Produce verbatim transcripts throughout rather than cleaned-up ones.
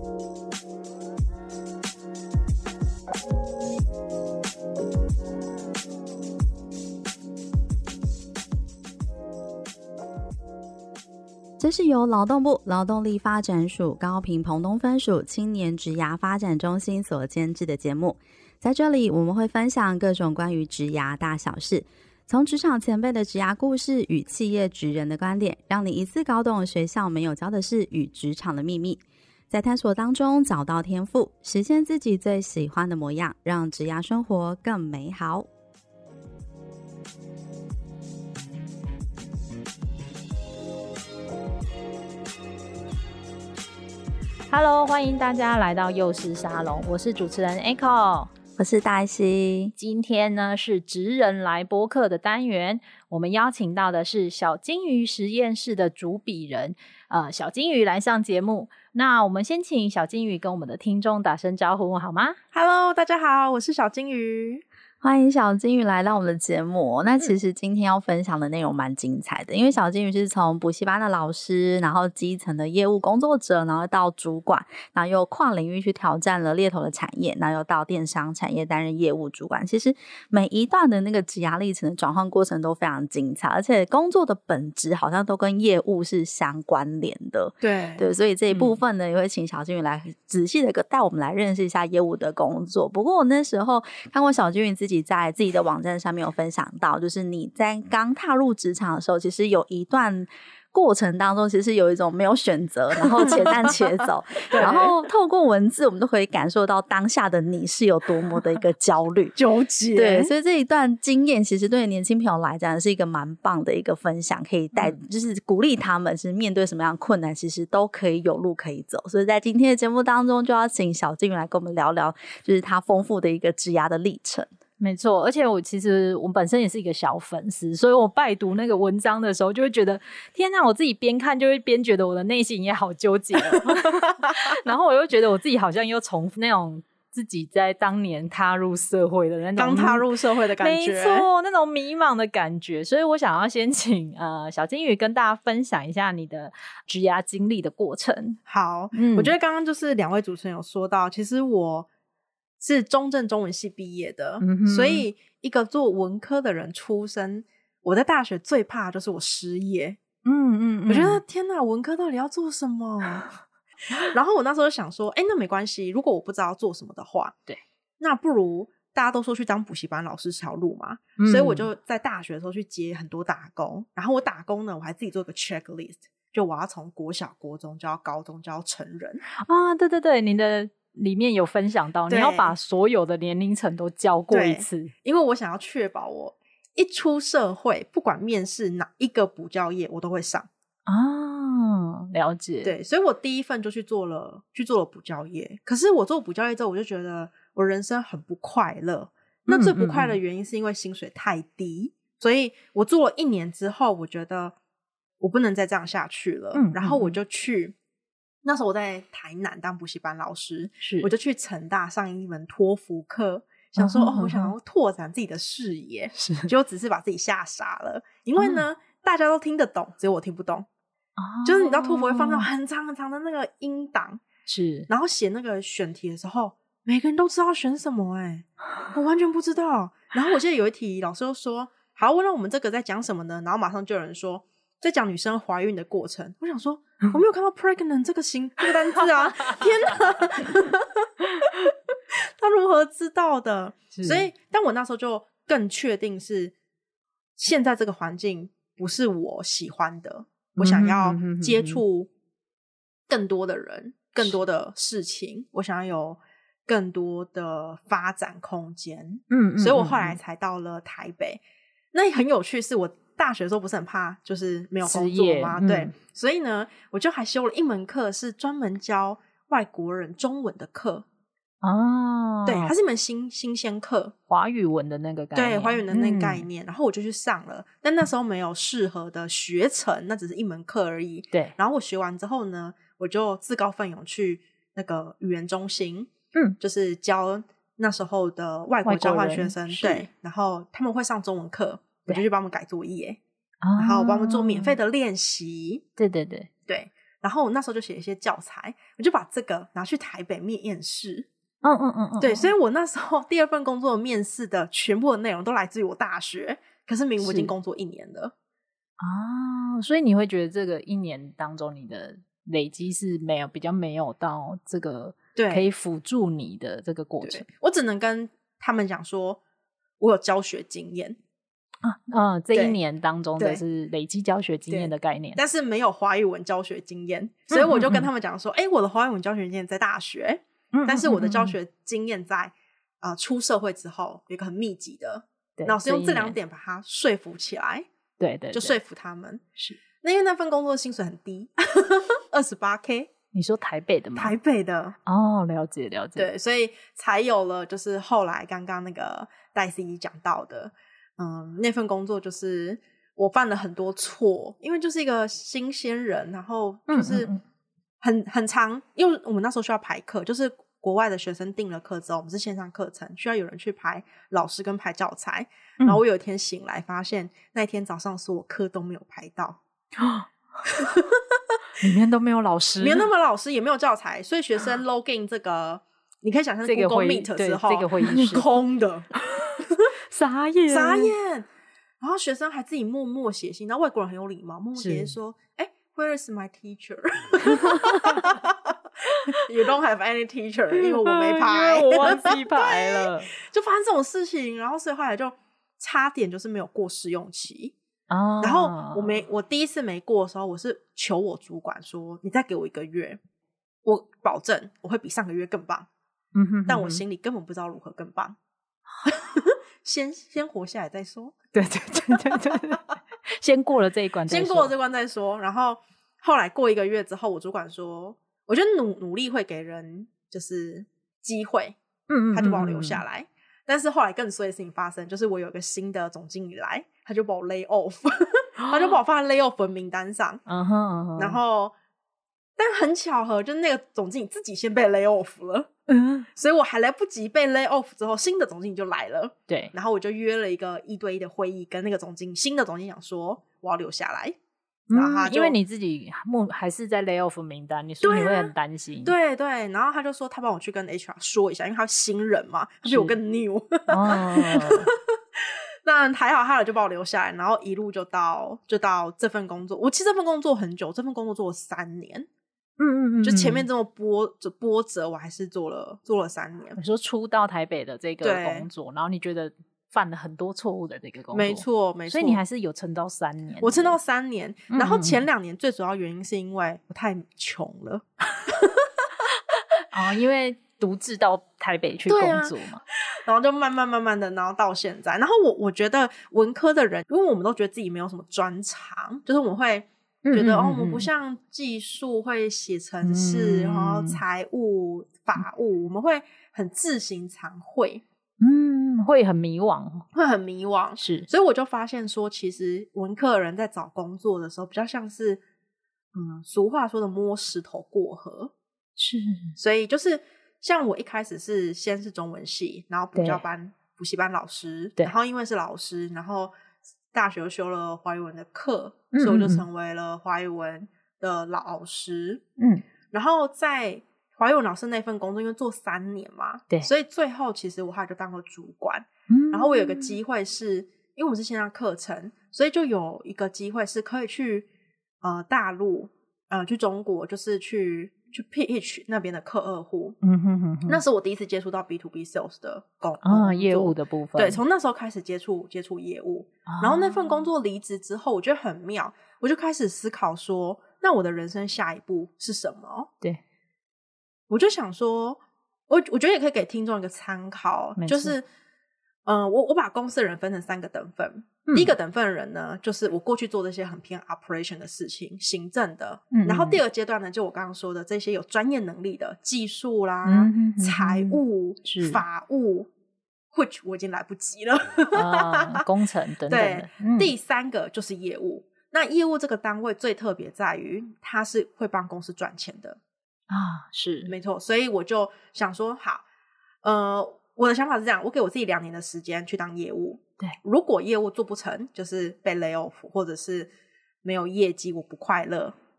这是由劳动部劳动力发展署高屏澎东分署青年职涯发展中心所监制的节目。在这里，我们会分享各种关于职涯大小事，从职场前辈的职涯故事与企业职人的观点，让你一次搞懂学校没有教的事与职场的秘密，在探索当中找到天赋，实现自己最喜欢的模样，让职涯生活更美好。 Hello， 欢迎大家来到幼师沙龙，我是主持人 Echo， 我是黛西。 今天呢是职人来播客的单元，我们邀请到的是小金鱼实验室的主笔人，呃，小金鱼来上节目。那我们先请小金鱼跟我们的听众打声招呼好吗？ Hello， 大家好，我是小金鱼。 欢迎小金鱼来到我们的节目。那其实今天要分享的内容蛮精彩的，因为小金鱼是从补习班的老师，然后基层的业务工作者，然后到主管，然后又跨领域去挑战了猎头的产业，然后又到电商产业担任业务主管。其实每一段的那个职涯历程的转换过程都非常精彩，而且工作的本质好像都跟业务是相关联的。 对对，所以这一部分呢、嗯、也会请小金鱼来仔细的带我们来认识一下业务的工作。不过我那时候看过小金鱼自己自己在自己的网站上面有分享到，就是你在刚踏入职场的时候，其实有一段过程当中其实有一种没有选择，然后且战且走然后透过文字我们都可以感受到当下的你是有多么的一个焦虑纠结。 对，所以这一段经验其实对年轻朋友来讲是一个蛮棒的一个分享，可以带、嗯、就是鼓励他们是面对什么样的困难其实都可以有路可以走。所以在今天的节目当中就要请小金鱼来跟我们聊聊就是他丰富的一个职涯的历程。 没错，而且我其实我本身也是一个小粉丝，所以我拜读那个文章的时候就会觉得天哪，我自己边看就会边觉得我的内心也好纠结然后我又觉得我自己好像又重复那种自己在当年踏入社会的那种刚踏入社会的感觉， 没错，那种迷茫的感觉。所以我想要先请呃小金鱼跟大家分享一下你的职涯经历的过程。 好、嗯、我觉得刚刚就是两位主持人有说到，其实我是中正中文系毕业的、嗯、所以一个做文科的人出身，我在大学最怕的就是我失业。嗯嗯, 嗯我觉得天哪，文科到底要做什么然后我那时候想说哎，那没关系，如果我不知道做什么的话，对，那不如大家都说去当补习班老师这条路嘛、嗯、所以我就在大学的时候去接很多打工。然后我打工呢，我还自己做个 checklist， 就我要从国小国中教高中教成人啊。对对对，你的里面有分享到你要把所有的年龄层都教过一次， 因为我想要确保我一出社会不管面试哪一个补教业我都会上啊。了解。 对，所以我第一份就去做了去做了补教业。可是我做补教业之后我就觉得我人生很不快乐，那最不快乐的原因是因为薪水太低、嗯嗯嗯、所以我做了一年之后我觉得我不能再这样下去了、嗯嗯嗯、然后我就去，那时候我在台南当补习班老师，是我就去成大上一门托福课，想说、嗯、哦，我想要拓展自己的视野，是结果只是把自己吓傻了。因为呢、嗯、大家都听得懂，只有我听不懂、哦、就是你知道托福会放到很长很长的那个音档，是然后写那个选题的时候每个人都知道选什么耶、欸、我完全不知道。然后我记得有一题老师就说好，那我们这个在讲什么呢？然后马上就有人说在讲女生怀孕的过程。我想说我没有看到 pregnant 这个形这个单字啊天哪他如何知道的？所以但我那时候就更确定是现在这个环境不是我喜欢的，我想要接触更多的人更多的事情，我想要有更多的发展空间。嗯，所以我后来才到了台北。那很有趣是我大学的时候不是很怕就是没有工作吗、嗯、对，所以呢我就还修了一门课是专门教外国人中文的课哦，对，它是一门新新鲜课， 华语文的那个概念， 对，华语文的那个概念、嗯、然后我就去上了，但那时候没有适合的学程，那只是一门课而已。对，然后我学完之后呢我就自告奋勇去那个语言中心，嗯，就是教那时候的外国交换学生，对，然后他们会上中文课，我就去帮他们改作业，然后帮他们做免费的练习。对对对对， 然后我那时候就写一些教材，我就把这个拿去台北面试。 嗯嗯嗯嗯， 对，所以我那时候第二份工作面试的全部的内容都来自于我大学，可是明明我已经工作一年了啊，所以你会觉得这个一年当中你的累积是没有比较没有到这个可以辅助你的这个过程。 我只能跟他们讲说我有教学经验啊，嗯，这一年当中的是累积教学经验的概念， 但是没有华语文教学经验，所以我就跟他们讲说哎、嗯嗯嗯欸，我的华语文教学经验在大学，嗯嗯嗯嗯，但是我的教学经验在呃出社会之后有一个很密集的，然后是用这两点把它说服起来。 对 对, 对， 就说服他们。 是那因为那份工作薪水很低二十八 K。 你说台北的吗？ 台北的。 哦，了解了解。 对，所以才有了就是后来刚刚那个戴 C 讲到的嗯，那份工作就是我犯了很多错，因为就是一个新鲜人，然后就是很嗯嗯嗯很长，因为我们那时候需要排课，就是国外的学生订了课之后，我们是线上课程，需要有人去排老师跟排教材，然后我有一天醒来发现那天早上所有课都没有排到里面都没有老师， 里面都没有老师，也没有教材，所以学生 login 这个你可以想象 Google Meet 之后、 这个会议室空的傻眼傻眼，然后学生还自己默默写信，然后外国人很有礼貌，默默写信说哎、欸、Where is my teacher You don't have any teacher 因为我没排我忘记排了就发生这种事情，然后所以后来就差点就是没有过试用期、 哦、 然后我没我第一次没过的时候，我是求我主管说你再给我一个月，我保证我会比上个月更棒、嗯、哼哼哼但我心里根本不知道如何更棒先先活下来再说， 对对对对对先过了这一关再说， 先过了这关再说。然后后来过一个月之后，我主管说我觉得努努力会给人就是机会，嗯嗯，他就把我留下来、嗯嗯嗯、但是后来更衰的事情发生，就是我有一个新的总经理来，他就把我 lay off 他就把我放在 lay off 的名单上、uh-huh, uh-huh. 然后但很巧合就是那个总经理自己先被 lay off 了，嗯，所以我还来不及被 lay off 之后，新的总经理就来了， 对， 然后我就约了一个一对一的会议，跟那个总经理新的总经理讲说我要留下来，然后他就、 嗯、因为你自己还是在 lay off 名单，你说你会很担心， 对、啊、对对，然后他就说他帮我去跟 H R 说一下，因为他新人嘛，他比我更 new 哦那还好，还好就把我留下来，然后一路就到就到这份工作。我其实这份工作很久，这份工作做了三年，嗯嗯嗯，就前面这么波波折，我还是做了做了三年。 你说初到台北的这个工作，然后你觉得犯了很多错误的这个工作， 没错没错， 所以你还是有撑到三年。 我撑到三年，然后前两年最主要原因是因为我太穷了哦，因为独自到台北去工作嘛、啊、 然后就慢慢慢慢的然后到现在，然后我我觉得文科的人因为我们都觉得自己没有什么专长，就是我们会觉得、嗯、哦我们不像技术会写程式、嗯、然后财务法务、嗯、我们会很自行常会， 嗯，会很迷惘会很迷惘， 是， 所以我就发现说其实文科的人在找工作的时候比较像是嗯，俗话说的摸石头过河， 是， 所以就是像我一开始是先是中文系，然后补教班补习班老师，然后因为是老师，然后大学修了华语文的课，嗯嗯嗯，所以我就成为了华语文的老师，嗯，然后在华语文老师那份工作因为做三年嘛，对，所以最后其实我还就当了主管，嗯，然后我有个机会是因为我们是线上课程，所以就有一个机会是可以去呃大陆呃去中国，就是去去 pitch 那边的客户，嗯哼哼哼，那是我第一次接触到 B to B sales 的工啊业务的部分， 对，从那时候开始接触接触业务、啊，然后那份工作离职之后，我觉得很妙，我就开始思考说，那我的人生下一步是什么？对，我就想说，我我觉得也可以给听众一个参考，就是嗯、呃，我我把公司的人分成三个等分。嗯、第一个等分的人呢，就是我过去做这些很偏 operation 的事情，行政的，嗯嗯，然后第二个阶段呢，就我刚刚说的这些有专业能力的技术啦、嗯、财务、法务 which 我已经来不及了、 呃、工程等等的。 对、嗯，第三个就是业务。那业务这个单位最特别在于它是会帮公司赚钱的啊，是没错，所以我就想说好，呃我的想法是这样，我给我自己两年的时间去当业务，对，如果业务做不成，就是被 lay off 或者是没有业绩我不快乐，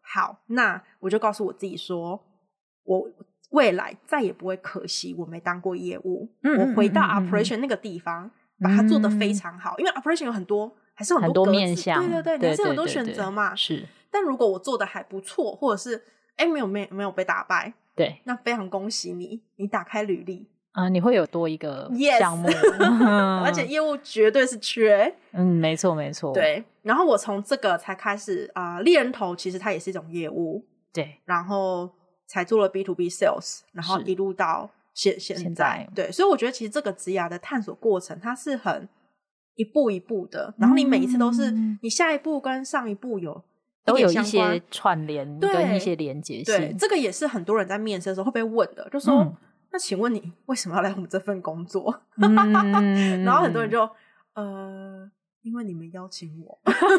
好，那我就告诉我自己说，我未来再也不会可惜我没当过业务， 嗯我回到嗯嗯嗯 operation 那个地方，把它做得非常好，因为 operation 有很多还是有很多格子面向， 对对对，你还是有很多选择嘛。 是， 但如果我做的还不错，或者是哎没有没没有被打败， 对， 那非常恭喜你，你打开履历啊、呃，你会有多一个项目， yes 而且业务绝对是缺， 嗯，没错没错， 对。然后我从这个才开始啊，猎、呃、人头其实它也是一种业务， 对， 然后才做了 B to B sales， 然后一路到现现在, 现在对，所以我觉得其实这个职涯的探索过程它是很一步一步的，然后你每一次都是、嗯、你下一步跟上一步有都有一些串联跟一些连结性， 对，这个也是很多人在面试的时候会被问的，就说、嗯、那请问你为什么要来我们这份工作？嗯、然后很多人就呃因为你们邀请我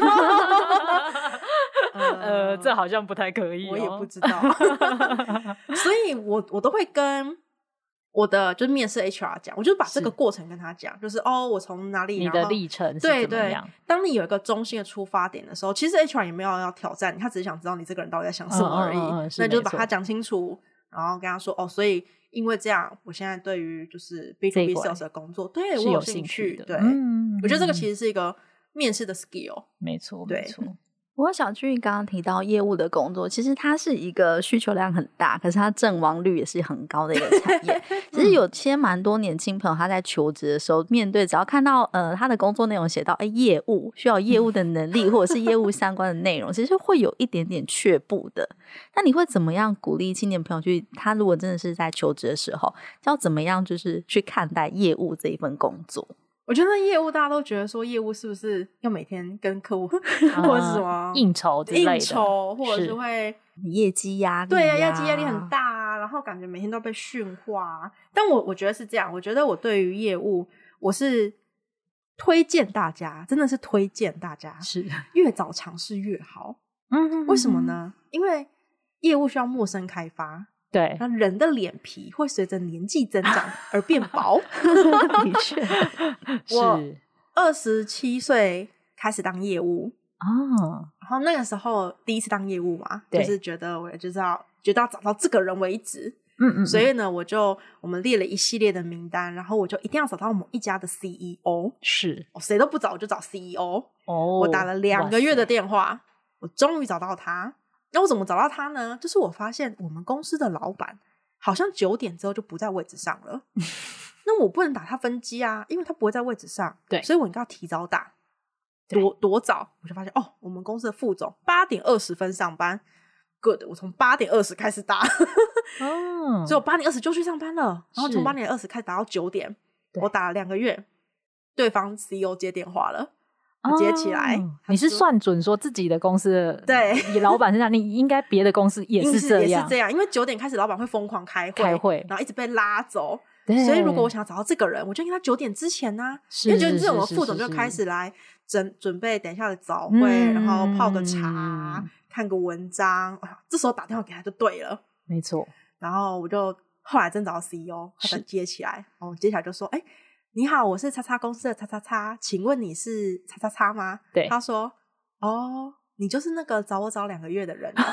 呃, 呃这好像不太可以、哦、 我也不知道所以我我都会跟我的就是面试 H R 讲，我就把这个过程跟他讲，就是哦我从哪里你的历程是怎么样， 对对，当你有一个中心的出发点的时候，其实 H R 也没有要挑战你，他只是想知道你这个人到底在想什么而已，嗯嗯嗯，那就是把它讲清楚，然后跟他说哦，所以因为这样我现在对于就是 B to B sales 的工作对我有兴趣的，对、嗯、我觉得这个其实是一个面试的 skill， 没错对没错。 不过小俊刚刚提到业务的工作，其实它是一个需求量很大，可是它阵亡率也是很高的一个产业。其实有些蛮多年轻朋友他在求职的时候，面对只要看到呃他的工作内容写到哎业务需要业务的能力或者是业务相关的内容，其实会有一点点却步的。那你会怎么样鼓励青年朋友去？他如果真的是在求职的时候，要怎么样就是去看待业务这一份工作？ 我觉得业务大家都觉得说业务是不是要每天跟客户、啊、或者是什么应酬之类的， 应酬或者是会业绩压力、啊、 对啊，业绩压力很大啊，然后感觉每天都被训话。但我我觉得是这样，我觉得我对于业务我是推荐大家，真的是推荐大家是越早尝试越好。嗯，为什么呢？因为业务需要陌生开发， 对， 那人的脸皮会随着年纪增长而变薄。 的确， 我二十七岁开始当业务哦， 然后那个时候第一次当业务嘛，就是觉得我就是要觉得要找到这个人为止。嗯 嗯, 嗯，所以呢，我就我们列了一系列的名单，然后我就一定要找到某一家的 C E O， 是， 我谁都不找，我就找 C E O。 哦， 我打了两个月的电话，我终于找到他。那我怎么找到他呢？就是我发现我们公司的老板好像九点之后就不在位置上了。那我不能打他分机啊，因为他不会在位置上。 对， 所以我应该要提早打，多多早。我就发现哦，我们公司的副总八点二十分上班 ，good， 我从八点二十开始打，哦，所以我八点二十就去上班了。然后从八点二十开始打到九点，我打了两个月，对方 C E O 接电话了。接起来、哦、 你是算准说自己的公司的对你老板是这样，你应该别的公司也是这样， 也是这样，因为九点开始老板会疯狂开会开会， 然后一直被拉走，所以如果我想要找到这个人，我就应该在九点之前呢、啊，因为九点之前我们副总就开始来准准备等一下的早会、嗯、然后泡个茶、嗯、看个文章，这时候打电话给他就对了， 没错。 然后我就后来真找到 C E O， 他接起来，然后接下来就说哎、欸你好，我是叉叉公司的叉叉叉，请问你是叉叉叉吗？ 对， 他说哦，你就是那个找我找两个月的人、啊。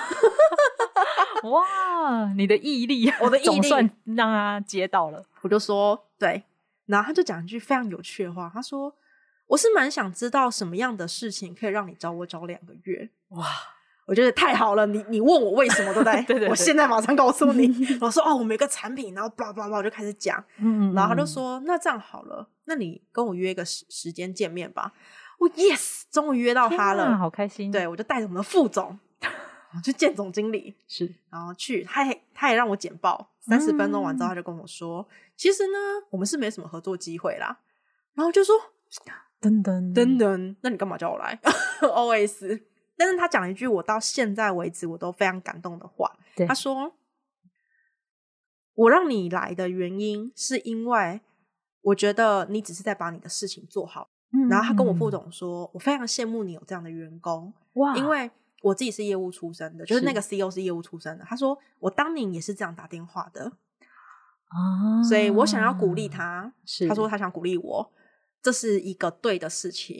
哇，你的毅力， 我的毅力总算让他接到了。 我就说对，然后他就讲一句非常有趣的话，他说我是蛮想知道什么样的事情可以让你找我找两个月。哇，我觉得太好了，你你问我为什么，对不对？ 对, 对对， 我现在马上告诉你。我说哦，我们有一个产品，然后 blah blah blah， 我就开始讲，嗯，然后他就说那这样好了，那你跟我约一个时时间见面吧。我 yes， 终于约到他了， 好开心。 对，我就带着我们的副总去见总经理， 是， 然后去，他也他也让我简报三十分钟完之后，他就跟我说、嗯，其实呢，我们是没什么合作机会啦。然后就说噔噔噔噔，那你干嘛叫我来 ？O S。但是他讲了一句我到现在为止我都非常感动的话，他说我让你来的原因是因为我觉得你只是在把你的事情做好、嗯、然后他跟我副总说我非常羡慕你有这样的员工，哇，因为我自己是业务出身的，就是那个 C E O 是业务出身的，他说我当年也是这样打电话的、啊、所以我想要鼓励他，他说他想鼓励我，这是一个对的事情，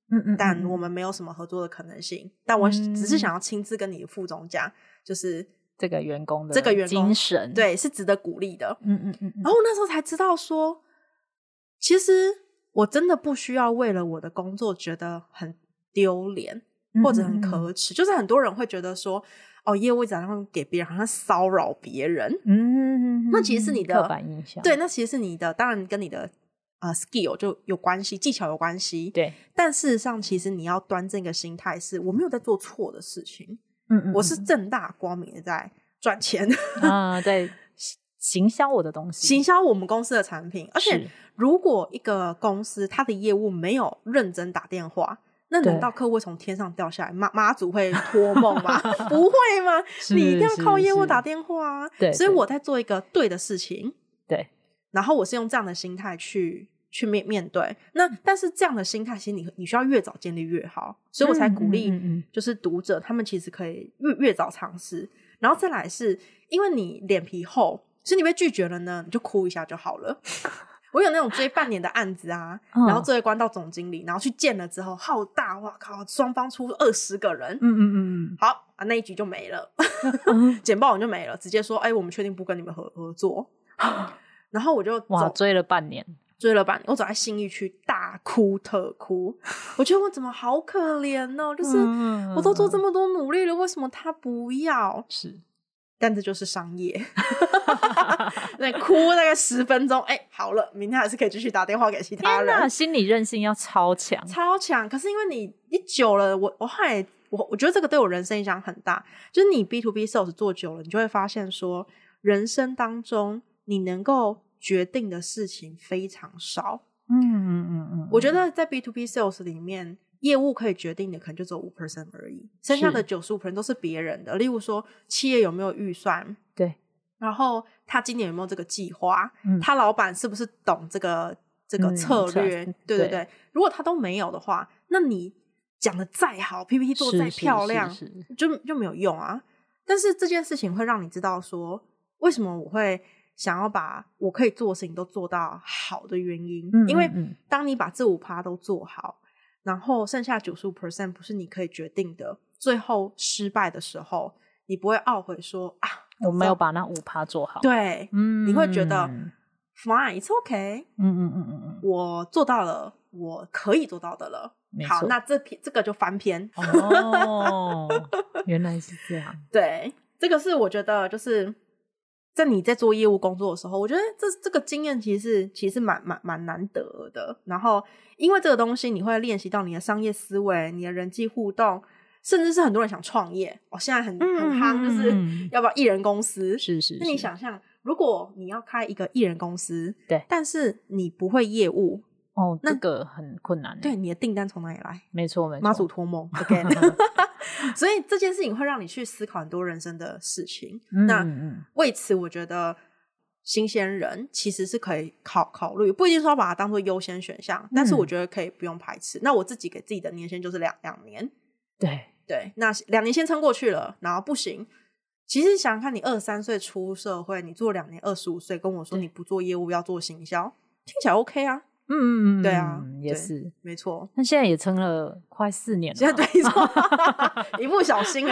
嗯嗯， 但我们没有什么合作的可能性，但我只是想要亲自跟你的副总讲，就是这个员工的这个员工精神， 对，是值得鼓励的。 嗯嗯嗯， 然后那时候才知道说，其实我真的不需要为了我的工作觉得很丢脸或者很可耻，就是很多人会觉得说，哦，业务长然给别人好像骚扰别人， 嗯， 那其实是你的刻板印象， 对，那其实是你的，当然跟你的呃 skill 就有关系，技巧有关系， 对。 但事实上，其实你要端正一个心态是，我没有在做错的事情， 嗯嗯， 我是正大光明的在赚钱啊，在行销我的东西， 行销我们公司的产品。而且，如果一个公司它的业务没有认真打电话，那难道客户会从天上掉下来？妈妈祖会托梦吗？不会吗？你一定要靠业务打电话啊！ 对， 所以我在做一个对的事情， 对。 然后我是用这样的心态去去面面对。那但是这样的心态，其实你你需要越早建立越好，所以我才鼓励，就是读者、嗯嗯嗯、他们其实可以越越早尝试。然后再来是因为你脸皮厚，所以你被拒绝了呢，你就哭一下就好了。我有那种追半年的案子啊，嗯、然后最后关到总经理，然后去见了之后浩大，哇靠，双方出二十个人， 嗯嗯嗯， 好啊，那一局就没了，简报完就没了，直接说，哎，我们确定不跟你们合合作。然后我就哇追了半年， 追了半年，我走在信义区大哭特哭，我觉得我怎么好可怜哦，就是我都做这么多努力了，为什么他不要？ 是。 但这就是商业对，哭大概十分钟，哎、欸，好了，明天还是可以继续打电话给其他人。 天心理韧性要超强， 超强。可是因为你你久了，我我后来我我觉得这个对我人生影响很大。就是你 B to B sales 做久了，你就会发现说，人生当中你能够决定的事情非常少。 嗯嗯嗯嗯， 我觉得在 B to B sales 里面，业务可以决定的可能就只有 百分之五 而已，剩下的 百分之九十五 都是别人的。例如说企业有没有预算， 对， 然后他今年有没有这个计划、嗯、他老板是不是懂这个这个策略、嗯、对对 对, 对，如果他都没有的话，那你讲的再好 P P T 做再漂亮是是是是就就没有用啊。但是这件事情会让你知道说，为什么我会想要把我可以做的事情都做到好的原因、嗯嗯嗯、因为当你把这 百分之五 都做好，然后剩下 百分之九十五 不是你可以决定的，最后失败的时候你不会懊悔说啊我没有把那 百分之五 做好， 对、嗯、你会觉得 fine it's okay 嗯嗯嗯嗯， 我做到了我可以做到的了，好，那这这个就翻篇哦原来是这样对，这个是我觉得就是在你在做业务工作的时候，我觉得这这个经验其实是其实蛮蛮蛮难得的。然后因为这个东西，你会练习到你的商业思维、你的人际互动，甚至是很多人想创业哦，现在很、嗯、很夯，就是要不要艺人公司？ 是是是。 那你想象，如果你要开一个艺人公司， 对， 但是你不会业务。 哦，那这个很困难。 对，你的订单从哪里来？ 没错，没错。 妈祖托梦 ，again 。所以这件事情会让你去思考很多人生的事情。嗯、那为此，我觉得新鲜人其实是可以考考虑，不一定说要把它当做优先选项，嗯、但是我觉得可以不用排斥。那我自己给自己的年限就是两两年。 对对，那两年先撑过去了，然后不行。其实想想看，你二十三岁出社会，你做两年，二十五岁跟我说你不做业务要做行销，听起来 OK 啊。 嗯嗯嗯， 对啊， 也是没错。 那现在也撑了快四年了， 现在对错，一不小心啊。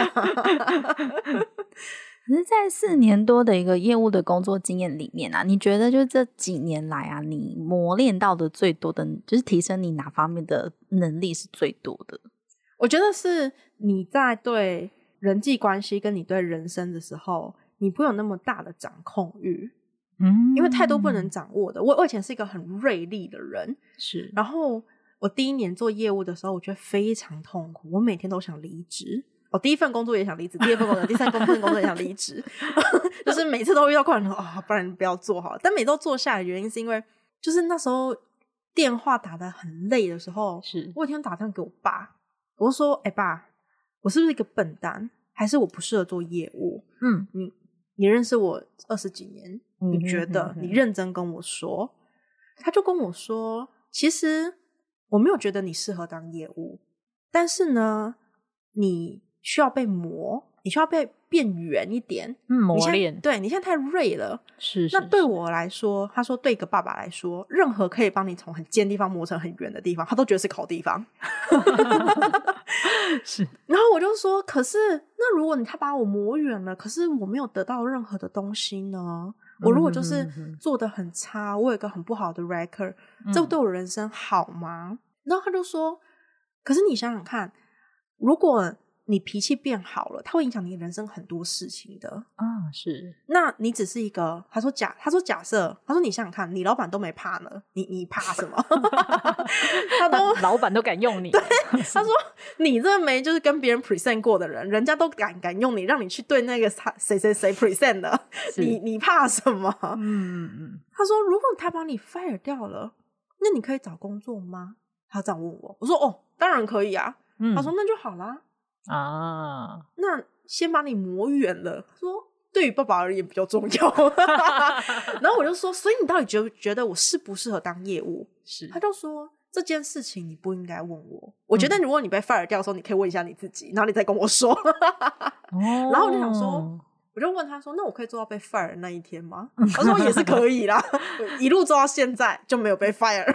可是，在四年多的一个业务的工作经验里面啊，你觉得就这几年来啊，你磨练到的最多的，就是提升你哪方面的能力是最多的？ 我觉得是你在对人际关系跟你对人生的时候，你不有那么大的掌控欲。嗯，因为太多不能掌握的。我我以前是一个很锐利的人， 是。 然后我第一年做业务的时候，我觉得非常痛苦，我每天都想离职。我第一份工作也想离职，第二份工作、第三份工作也想离职，就是每次都遇到困难，啊、哦，不然不要做好了。但每周做下来的原因是因为，就是那时候电话打得很累的时候， 是我有一天打电话给我爸，我就说：“哎、欸、爸，我是不是一个笨蛋，还是我不适合做业务？”嗯，你你认识我二十几年。你觉得你认真跟我说，他就跟我说，其实我没有觉得你适合当业务，但是呢你需要被磨， 你需要被变圆一点， 嗯，磨你现在练， 对你现在太锐了。 是是那对是我来说，他说对一个爸爸来说，任何可以帮你从很尖的地方磨成很圆的地方，他都觉得是好地方。 是， 然后我就说，可是那如果你他把我磨圆了，可是我没有得到任何的东西呢？我如果就是嗯哼哼做得很差，我有一个很不好的 record，、 嗯这对我人生好吗？然后他就说，可是你想想看，如果你脾气变好了，它会影响你人生很多事情的。 啊，是， 那你只是一个，他说假，他说假设，他说你想想看，你老板都没怕呢，你你怕什么？他都老板都敢用你， 他说你这没就是跟别人 present 过的人，人家都敢敢用你，让你去对那个谁谁谁 present 的，你你怕什么？ 嗯嗯他说如果他把你 fire 掉了，那你可以找工作吗？他这样问我，我说哦，当然可以啊。 嗯， 他说那就好啦。 啊， 那先把你磨圆了，说对于爸爸而言比较重要。然后我就说，所以你到底觉觉得我适不适合当业务？ 是， 他就说这件事情你不应该问我，我觉得如果你被 fire 掉的时候，你可以问一下你自己，然后你再跟我说。 哦， 然后我就想说，我就问他说，那我可以做到被 fire 的那一天吗？他说也是可以啦。一路做到现在就没有被 fire。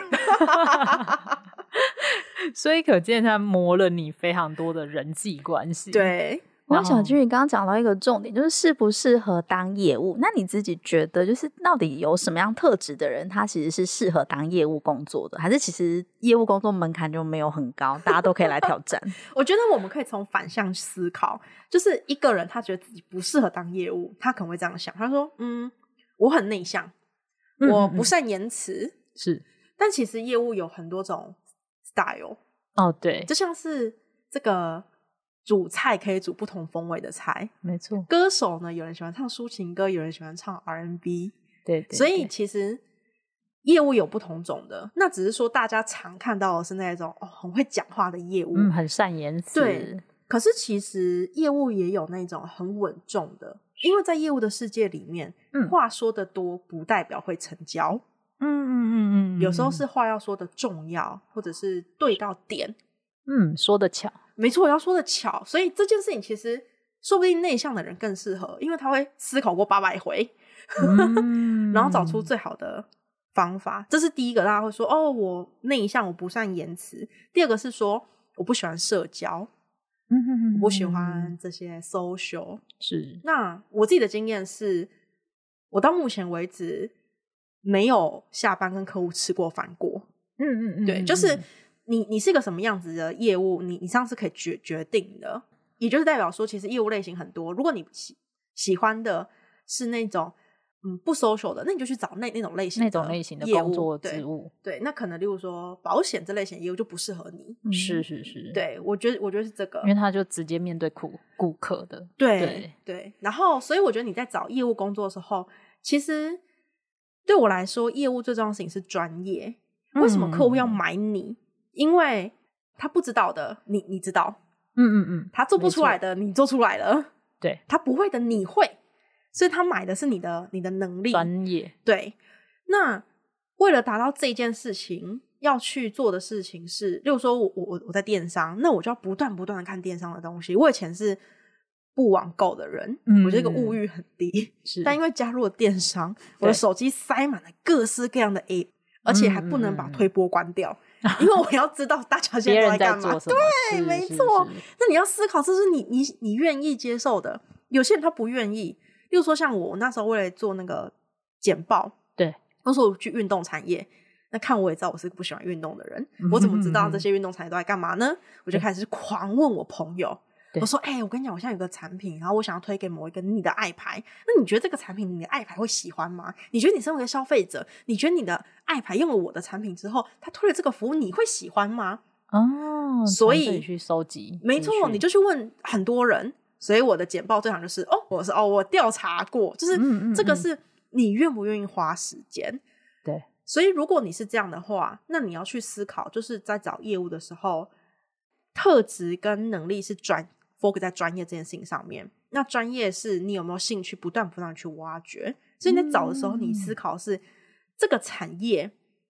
所以可见他磨了你非常多的人际关系。 对， 哇，小君，你刚刚讲到一个重点，就是适不适合当业务。那你自己觉得，就是到底有什么样特质的人，他其实是适合当业务工作的，还是其实业务工作门槛就没有很高，大家都可以来挑战？ 我觉得我们可以从反向思考，就是一个人他觉得自己不适合当业务，他可能会这样想，他说：“嗯，我很内向， 嗯我不善言辞。” 是， 但其实业务有很多种 style， 哦，对， 就像是这个煮菜可以煮不同风味的菜， 没错， 歌手呢，有人喜欢唱抒情歌，有人喜欢唱 R and B， 对对， 所以对其实业务有不同种的，那只是说大家常看到的是那种哦很会讲话的业务， 嗯，很善言辞， 对。可是其实业务也有那种很稳重的，因为在业务的世界里面， 嗯话说的多不代表会成交， 嗯嗯嗯嗯， 有时候是话要说的重要，或者是对到点， 嗯，说的巧， 没错，要说的巧，所以这件事情其实说不定内向的人更适合，因为他会思考过八百回， 嗯然后找出最好的方法。这是第一个，大家会说哦，我内向，我不善言辞。第二个是说我不喜欢社交， 嗯嗯嗯我不喜欢这些 social。 是， 那我自己的经验是，我到目前为止没有下班跟客户吃过饭过。 嗯嗯嗯， 对，就是你你是一个什么样子的业务，你你上次可以决决定的，也就是代表说，其实业务类型很多。如果你喜喜欢的是那种嗯不 social 的，那你就去找那那种类型的那种类型的业务工作对职务， 对，那可能例如说保险这类型的业务就不适合你。 嗯是是是，， 对，我觉得我觉得是这个因，为他就直接面对顾顾客的， 对对对，然后所以我觉得你在找业务工作的时候，其实对我来说，业务最重要的事情是专业。为什么客户要买你？因为他不知道的，你你知道， 嗯嗯嗯， 他做不出来的，你做出来了， 对， 他不会的，你会，所以他买的是你的你的能力。 专业， 对，那为了达到这件事情，要去做的事情是，例如说我我我在电商，那我就要不断不断的看电商的东西。我以前是不网购的人， 嗯我这个物欲很低， 是， 但因为加入了电商，我的手机塞满了各式各样的 app，而且还不能把推播关掉，因为我要知道大家现别人在在都干嘛。 做什么， 对， 是是没错。 是那你要思考，这是你你你愿意接受的。有些人他不愿意，例如说像我，我那时候为了做那个简报， 对， 那时候我去运动产业，那看我也知道我是个不喜欢运动的人，我怎么知道这些运动产业都在干嘛呢？我就开始狂问我朋友。我说：“哎、欸，我跟你讲，我现在有个产品，然后我想要推给某一个你的爱牌，那你觉得这个产品你的爱牌会喜欢吗？你觉得你身为一个消费者，你觉得你的爱牌用了我的产品之后，他推了这个服务，你会喜欢吗？” 哦， 所以从这里去收集， 没错，你就去问很多人。所以我的简报最常就是哦，我是哦，我调查过，就是嗯嗯嗯这个是你愿不愿意花时间。 对， 所以如果你是这样的话，那你要去思考，就是在找业务的时候，特质跟能力是专 focus 在专业这件事情上面。那专业是你有没有兴趣不断不断去挖掘。所以你在找的时候，你思考是、嗯、这个产业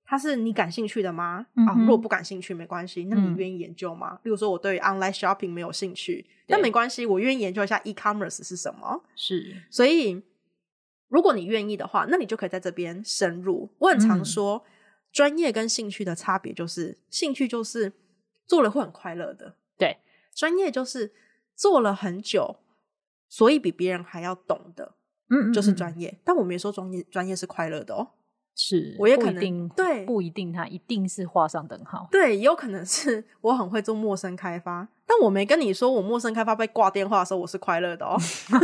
它是你感兴趣的吗？ 嗯、 啊，如果不感兴趣没关系，那你嗯、 愿意研究吗？比如说我对 online shopping 没有兴趣，但没关系，我愿意研究一下 e-commerce 是什么。 是， 所以如果你愿意的话，那你就可以在这边深入。我很常说、嗯、专业跟兴趣的差别就是兴趣就是做了会很快乐的， 对， 专业就是做了很久所以比别人还要懂的，嗯，就是专业。但我没说专业专业是快乐的哦， 是我也可能不一定， 对， 不一定它一定是画上等号， 对，也有可能是我很会做陌生开发，但我没跟你说我陌生开发被挂电话的时候我是快乐的哦。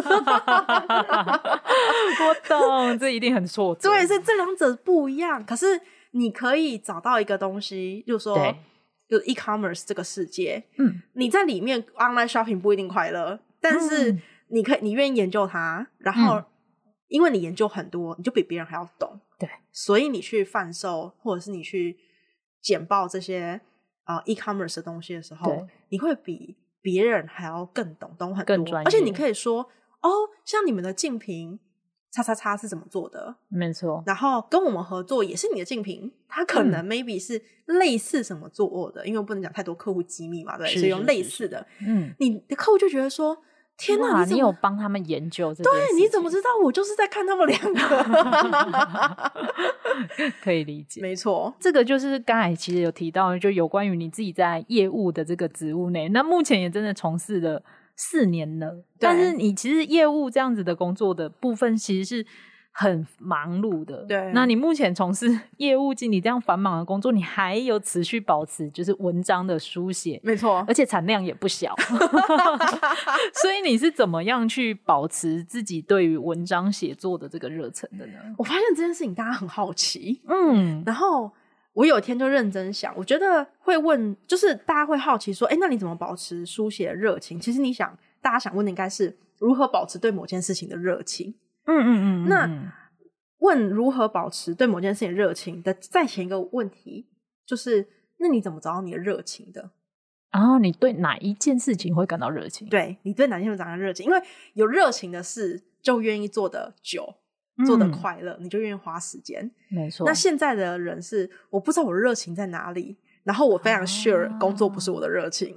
我懂，这一定很挫折。 对，所以这两者不一样。可是你可以找到一个东西，就是说就 e-commerce 这个世界，嗯，你在里面 online shopping 不一定快乐，但是你可以，你愿意研究它，然后、嗯、因为你研究很多，你就比别人还要懂， 对， 所以你去贩售或者是你去简报这些、呃、e-commerce 的东西的时候，你会比别人还要更懂，懂很多，更专业。而且你可以说哦，像你们的竞品叉叉叉是怎么做的， 没错，然后跟我们合作也是你的竞品，它可能 maybe 是类似什么做的、嗯、因为不能讲太多客户机密嘛，对，所以用类似的，嗯，你的客户就觉得说天哪，你, 你有帮他们研究这件事情， 对，你怎么知道我就是在看他们两个。 可以理解， 没错， 这个就是刚才其实有提到，就有关于你自己在业务的这个职务内，那目前也真的从事了四年了，但是你其实业务这样子的工作的部分其实是很忙碌的， 对， 那你目前从事业务经理这样繁忙的工作，你还有持续保持就是文章的书写， 没错， 而且产量也不小。所以你是怎么样去保持自己对于文章写作的这个热忱的呢？ 我发现这件事情大家很好奇，嗯，然后我有一天就认真想，我觉得会问，就是大家会好奇说，哎，那你怎么保持书写的热情？其实你想，大家想问的应该是如何保持对某件事情的热情。嗯嗯 嗯, 嗯，那问如何保持对某件事情的热情的再前一个问题就是，那你怎么找到你的热情的？ 啊，你对哪一件事情会感到热情？ 对，你对哪件事情感到热情？因为有热情的事就愿意做得久，做得快乐、嗯、你就愿意花时间。 没错。 那现在的人是我不知道我的热情在哪里，然后我非常 sure、啊、工作不是我的热情。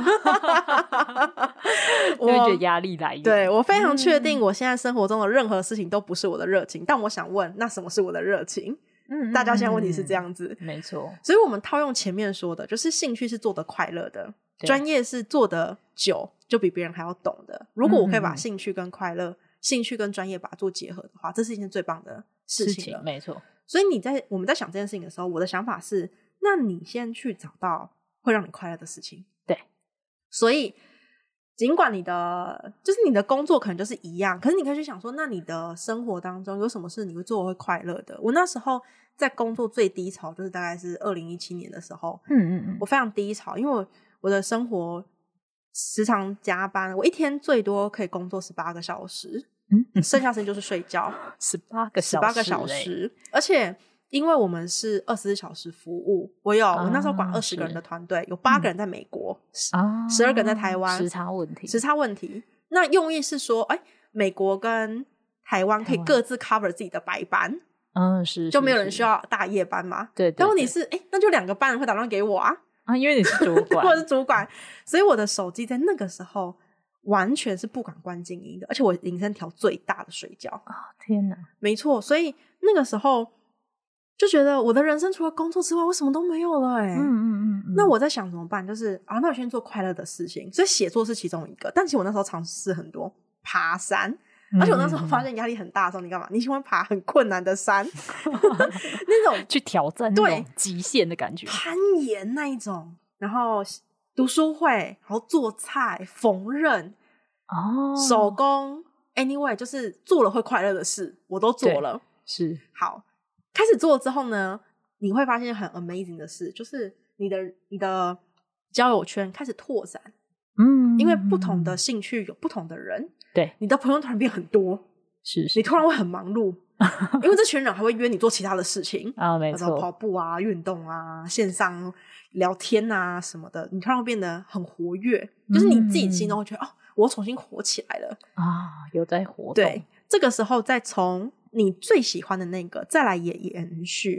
我会觉得压力来源。 对，我非常确定我现在生活中的任何事情都不是我的热情、嗯、但我想问，那什么是我的热情？嗯，大家现在问题是这样子， 没错。 所以我们套用前面说的，就是兴趣是做得快乐的，专业是做得久就比别人还要懂的。如果我可以把兴趣跟快乐、嗯、兴趣跟专业把它做结合的话，这是一件最棒的事情了， 没错。 所以你在我们在想这件事情的时候，我的想法是，那你先去找到会让你快乐的事情。 对， 所以尽管你的就是你的工作可能就是一样，可是你可以去想说，那你的生活当中有什么事你会做会快乐的？我那时候在工作最低潮就是大概是二零一七年的时候，嗯嗯嗯，我非常低潮，因为我我的生活时常加班，我一天最多可以工作十八个小时，嗯，剩下时间就是睡觉， 十八个十八个小时，而且因为我们是二十四小时服务，我有、啊、我那时候管二十个人的团队，有八个人在美国，啊，十二个人在台湾， 时差问题， 时差问题。那用意是说，哎，美国跟台湾可以各自 cover 自己的白班， 嗯，是， 就没有人需要大夜班嘛？ 对， 但问题是，哎，那就两个班人会打电话给我啊， 啊，因为你是主管， 我是主管，所以我的手机在那个时候完全是不敢关静音的，而且我铃声调最大的睡觉啊、哦！天哪， 没错，所以那个时候就觉得我的人生除了工作之外，我什么都没有了、欸，哎，嗯嗯嗯。那我在想怎么办？就是啊，那我先做快乐的事情，所以写作是其中一个。但其实我那时候尝试很多爬山，嗯、而且我那时候发现压力很大的时候，你干嘛？你喜欢爬很困难的山，那种去挑战那种极限的感觉， 攀岩那一种，然后读书会，然后做菜、缝纫，哦，手工 ，anyway， 就是做了会快乐的事，我都做了。 是， 好，开始做之后呢，你会发现很 amazing 的事，就是你的你的交友圈开始拓展，嗯，因为不同的兴趣有不同的人， 对， 你的朋友突然变很多， 是, 是， 你突然会很忙碌，因为这群人还会约你做其他的事情啊，没错， 跑步啊、运动啊、线上聊天啊什么的，你突然会变得很活跃，就是你自己心中会觉得、嗯、哦，我重新活起来了啊，有在活动。 对，这个时候再从你最喜欢的那个再来也延续，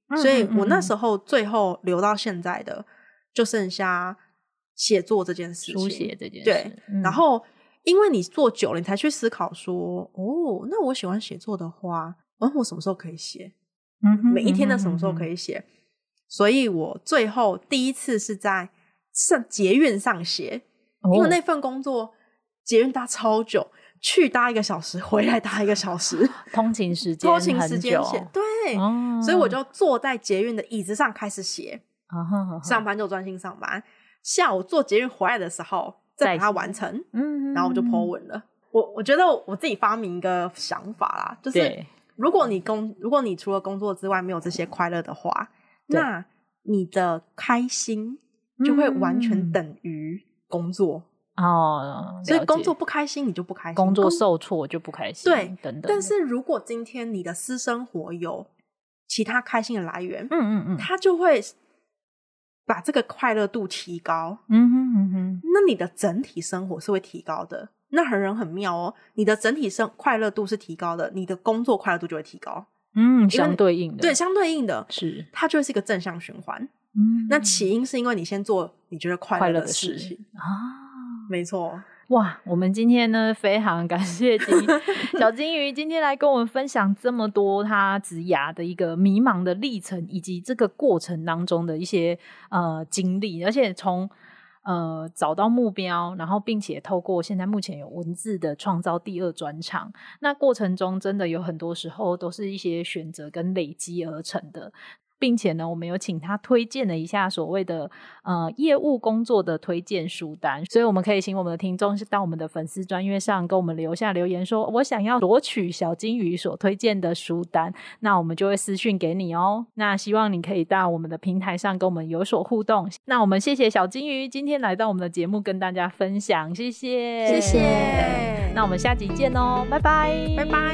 所以我那时候最后留到现在的就剩下写作这件事情， 书写这件事。 对、 嗯、 然后因为你做久了你才去思考说，哦，那我喜欢写作的话，嗯，我什么时候可以写、 嗯、 每一天的什么时候可以写、嗯、所以我最后第一次是在上捷运上写、哦、因为那份工作捷运搭超久，去搭一个小时，回来搭一个小时， 通勤时间很久， 通勤时间写，对、哦、所以我就坐在捷运的椅子上开始写、哦、上班就专心上班，下午坐捷运回来的时候再把它完成，嗯，然后我就 po 文了。我我觉得我自己发明一个想法啦，就是如果你工如果你除了工作之外没有这些快乐的话，那你的开心就会完全等于工作、嗯、哦，所以工作不开心你就不开心， 工作受挫就不开心， 对， 等等。 但是如果今天你的私生活有其他开心的来源，嗯嗯嗯，它就会把这个快乐度提高，嗯哼嗯哼，那你的整体生活是会提高的。那很人很妙哦，你的整体生快乐度是提高的，你的工作快乐度就会提高， 嗯，相对应的， 对，相对应的是它就会是一个正向循环。嗯，那起因是因为你先做你觉得快乐的事情啊，没错。 哇，我们今天呢非常感谢金小金鱼今天来跟我们分享这么多他职涯的一个迷茫的历程，以及这个过程当中的一些呃经历，而且从呃找到目标，然后并且透过现在目前有文字的创造第二专长，那过程中真的有很多时候都是一些选择跟累积而成的，并且呢我们有请他推荐了一下所谓的呃业务工作的推荐书单，所以我们可以请我们的听众到我们的粉丝专页上跟我们留下留言说我想要索取小金鱼所推荐的书单，那我们就会私讯给你哦。那希望你可以到我们的平台上跟我们有所互动。那我们谢谢小金鱼今天来到我们的节目跟大家分享，谢谢谢谢， 那我们下集见哦，拜拜拜拜。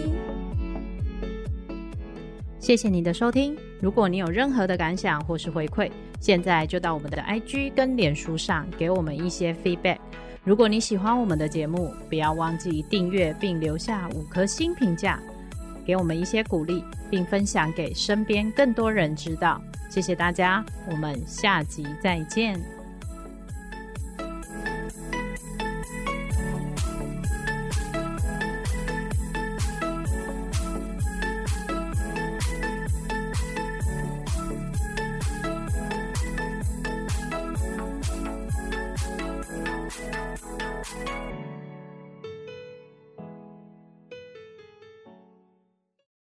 谢谢你的收听，如果你有任何的感想或是回馈，现在就到我们的 I G 跟脸书上给我们一些 feedback。 如果你喜欢我们的节目，不要忘记订阅并留下五颗星评价，给我们一些鼓励，并分享给身边更多人知道。谢谢大家，我们下集再见。